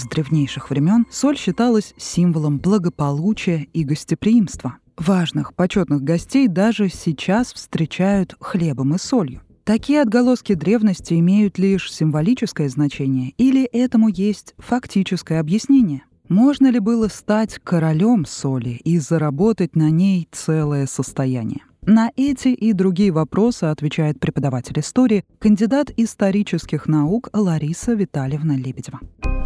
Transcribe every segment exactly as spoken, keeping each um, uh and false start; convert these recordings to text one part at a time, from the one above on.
древнейших времен соль считалась символом благополучия и гостеприимства. Важных, почетных гостей даже сейчас встречают хлебом и солью. Такие отголоски древности имеют лишь символическое значение или этому есть фактическое объяснение? Можно ли было стать королем соли и заработать на ней целое состояние? На эти и другие вопросы отвечает преподаватель истории, кандидат исторических наук Лариса Витальевна Лебедева.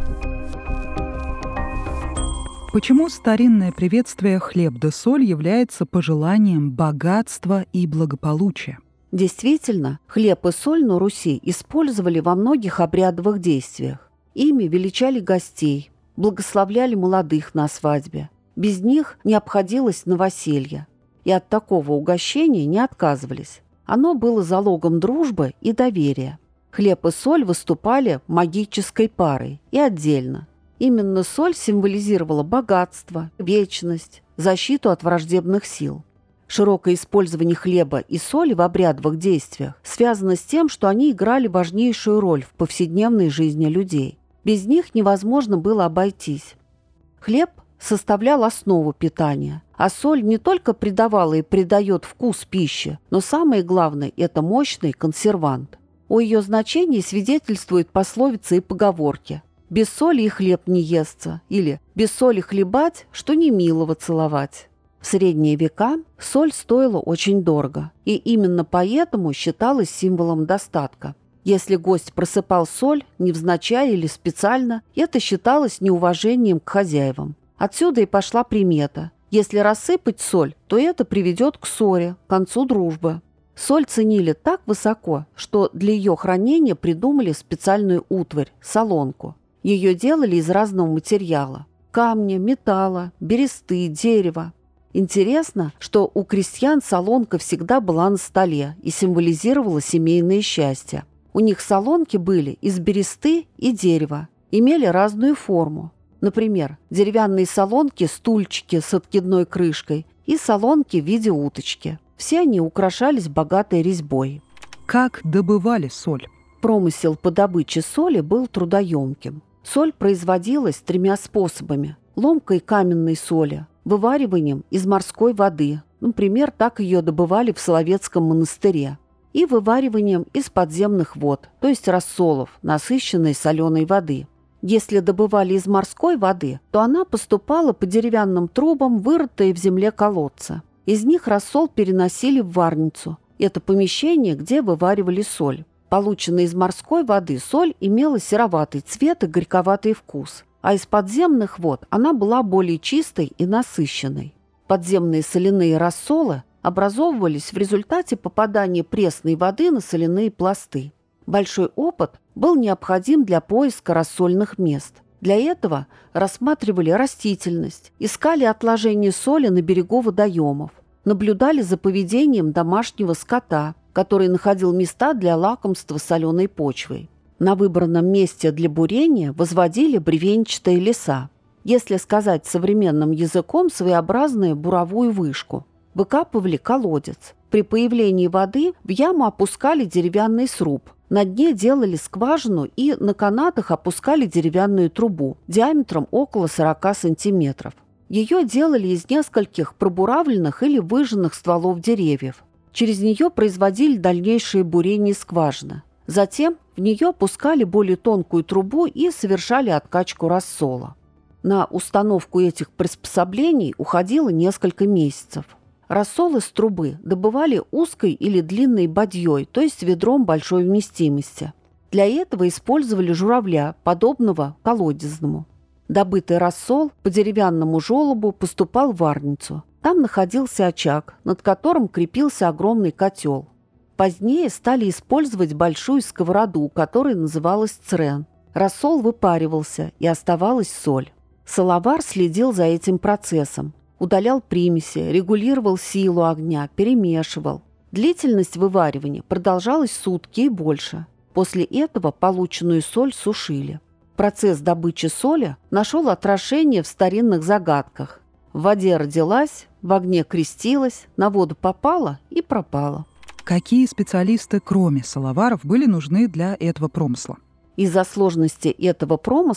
Почему старинное приветствие «хлеб да соль» является пожеланием богатства и благополучия? Действительно, хлеб и соль на Руси использовали во многих обрядовых действиях. Ими величали гостей, благословляли молодых на свадьбе. Без них не обходилось новоселье. И от такого угощения не отказывались. Оно было залогом дружбы и доверия. Хлеб и соль выступали магической парой и отдельно. Именно соль символизировала богатство, вечность, защиту от враждебных сил. Широкое использование хлеба и соли в обрядовых действиях связано с тем, что они играли важнейшую роль в повседневной жизни людей. Без них невозможно было обойтись. Хлеб составлял основу питания, а соль не только придавала и придает вкус пищи, но самое главное – это мощный консервант. О ее значении свидетельствуют пословицы и поговорки: «Без соли и хлеб не естся» или «Без соли хлебать, что не милого целовать». В средние века соль стоила очень дорого, и именно поэтому считалась символом достатка. Если гость просыпал соль, невзначай или специально, это считалось неуважением к хозяевам. Отсюда и пошла примета: если рассыпать соль, то это приведет к ссоре, к концу дружбы. Соль ценили так высоко, что для ее хранения придумали специальную утварь – солонку. Ее делали из разного материала – камня, металла, бересты, дерева. Интересно, что у крестьян солонка всегда была на столе и символизировала семейное счастье. У них солонки были из бересты и дерева, имели разную форму. Например, деревянные солонки, стульчики с откидной крышкой и солонки в виде уточки. Все они украшались богатой резьбой. Как добывали соль? Промысел по добыче соли был трудоемким. Соль производилась тремя способами: ломкой каменной соли, вывариванием из морской воды, например, так ее добывали в Соловецком монастыре, и вывариванием из подземных вод, то есть рассолов, насыщенной соленой воды. Если добывали из морской воды, то она поступала по деревянным трубам, вырытые в земле колодца. Из них рассол переносили в варницу. Это помещение, где вываривали соль. Полученная из морской воды соль имела сероватый цвет и горьковатый вкус, а из подземных вод она была более чистой и насыщенной. Подземные соляные рассолы образовывались в результате попадания пресной воды на соляные пласты. Большой опыт был необходим для поиска рассольных мест. Для этого рассматривали растительность, искали отложения соли на берегу водоемов, наблюдали за поведением домашнего скота, который находил места для лакомства соленой почвой. На выбранном месте для бурения возводили бревенчатые леса. Если сказать современным языком, своеобразную буровую вышку. Выкапывали колодец. При появлении воды в яму опускали деревянный сруб. На дне делали скважину и на канатах опускали деревянную трубу диаметром около сорока сантиметров. Ее делали из нескольких пробуравленных или выжженных стволов деревьев. Через нее производили дальнейшее бурение скважины. Затем в нее опускали более тонкую трубу и совершали откачку рассола. На установку этих приспособлений уходило несколько месяцев. Рассол из трубы добывали узкой или длинной бадьей, то есть ведром большой вместимости. Для этого использовали журавля, подобного колодезному. Добытый рассол по деревянному желобу поступал в варницу. Там находился очаг, над которым крепился огромный котел. Позднее стали использовать большую сковороду, которая называлась црен. Рассол выпаривался, и оставалась соль. Соловар следил за этим процессом. Удалял примеси, регулировал силу огня, перемешивал. Длительность вываривания продолжалась сутки и больше. После этого полученную соль сушили. Процесс добычи соли нашел отражение в старинных загадках. В воде родилась, в огне крестилась, на воду попала и пропала. Какие специалисты, кроме соловаров, были нужны для этого промысла? Из-за сложности этого промысла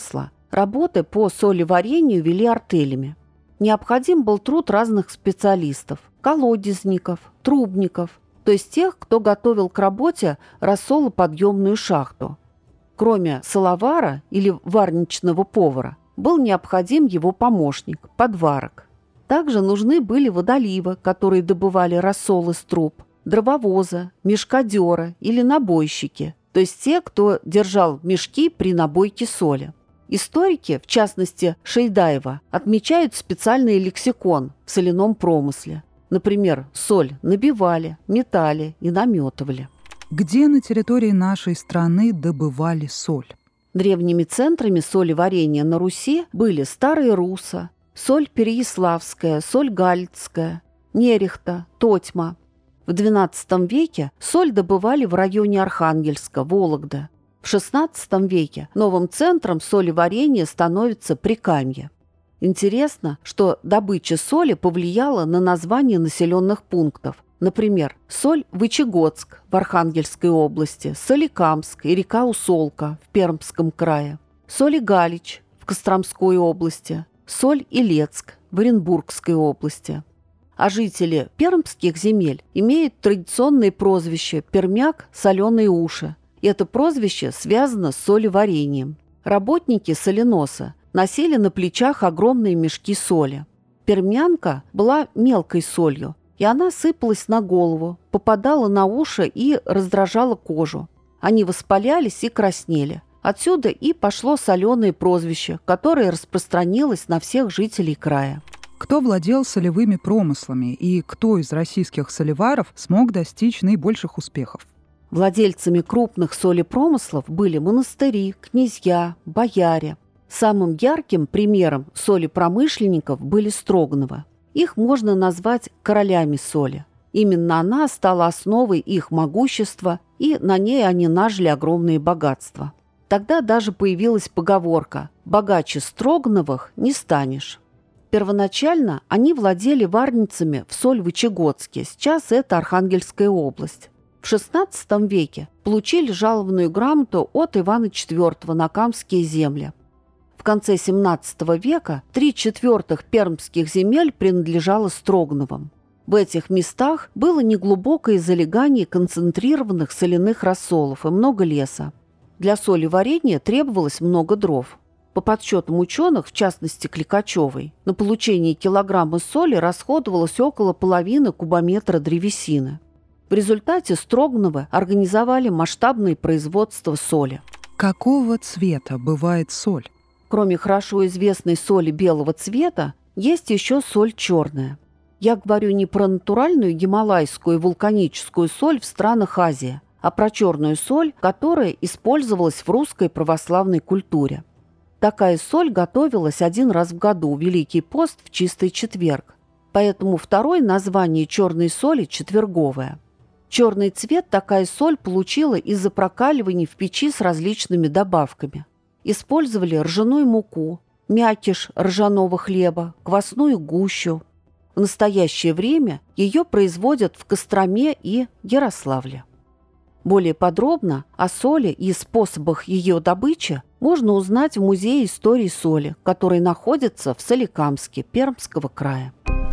Работы по солеварению вели артелями. Необходим был труд разных специалистов – колодезников, трубников, то есть тех, кто готовил к работе рассолоподъемную шахту. Кроме соловара или варничного повара, был необходим его помощник – подварок. Также нужны были водоливы, которые добывали рассол из труб, дрововоза, мешкодера или набойщики, то есть те, кто держал мешки при набойке соли. Историки, в частности Шейдаева, отмечают специальный лексикон в соляном промысле. Например, соль набивали, метали и наметывали. Где на территории нашей страны добывали соль? Древними центрами солеварения на Руси были Старая Русса, соль Переяславская, соль Галицкая, Нерехта, Тотьма. В двенадцатом веке соль добывали в районе Архангельска, Вологда. В шестнадцатом веке новым центром солеварения становится Прикамье. Интересно, что добыча соли повлияла на название населенных пунктов. Например, Соль-Вычегодск в Архангельской области, Соликамск и река Усолка в Пермском крае, Солигалич в Костромской области, Соль-Илецк в Оренбургской области. А жители пермских земель имеют традиционное прозвище «пермяк соленые уши». И это прозвище связано с солеварением. Работники соленоса носили на плечах огромные мешки соли. Пермянка была мелкой солью, и она сыпалась на голову, попадала на уши и раздражала кожу. Они воспалялись и краснели. Отсюда и пошло соленое прозвище, которое распространилось на всех жителей края. Кто владел солевыми промыслами и кто из российских солеваров смог достичь наибольших успехов? Владельцами крупных солепромыслов были монастыри, князья, бояре. Самым ярким примером солепромышленников были Строгановы. Их можно назвать королями соли. Именно она стала основой их могущества, и на ней они нажили огромные богатства. Тогда даже появилась поговорка «богаче Строгановых не станешь». Первоначально они владели варницами в Соль-Вычегодске, сейчас это Архангельская область. В шестнадцатом веке получили жалованную грамоту от Ивана четвёртого на Камские земли. В конце семнадцатого века три четвертых пермских земель принадлежало Строгановым. В этих местах было неглубокое залегание концентрированных соляных рассолов и много леса. Для солеварения требовалось много дров. По подсчетам ученых, в частности Кликачевой, на получение килограмма соли расходовалось около половины кубометра древесины. В результате Строгановы организовали масштабное производство соли. Какого цвета бывает соль? Кроме хорошо известной соли белого цвета, есть еще соль черная. Я говорю не про натуральную гималайскую и вулканическую соль в странах Азии, а про черную соль, которая использовалась в русской православной культуре. Такая соль готовилась один раз в году, Великий пост в чистый четверг. Поэтому второе название черной соли – четверговая. Черный цвет такая соль получила из-за прокаливания в печи с различными добавками. Использовали ржаную муку, мякиш ржаного хлеба, квасную гущу. В настоящее время ее производят в Костроме и Ярославле. Более подробно о соли и способах ее добычи можно узнать в Музее истории соли, который находится в Соликамске Пермского края.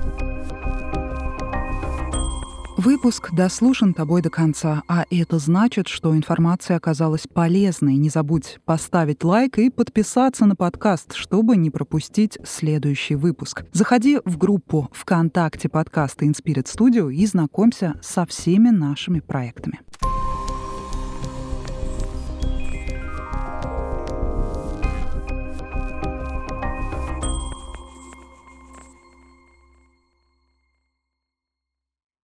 Выпуск дослушан тобой до конца, а это значит, что информация оказалась полезной. Не забудь поставить лайк и подписаться на подкаст, чтобы не пропустить следующий выпуск. Заходи в группу ВКонтакте подкаста InSpirit Studio и знакомься со всеми нашими проектами.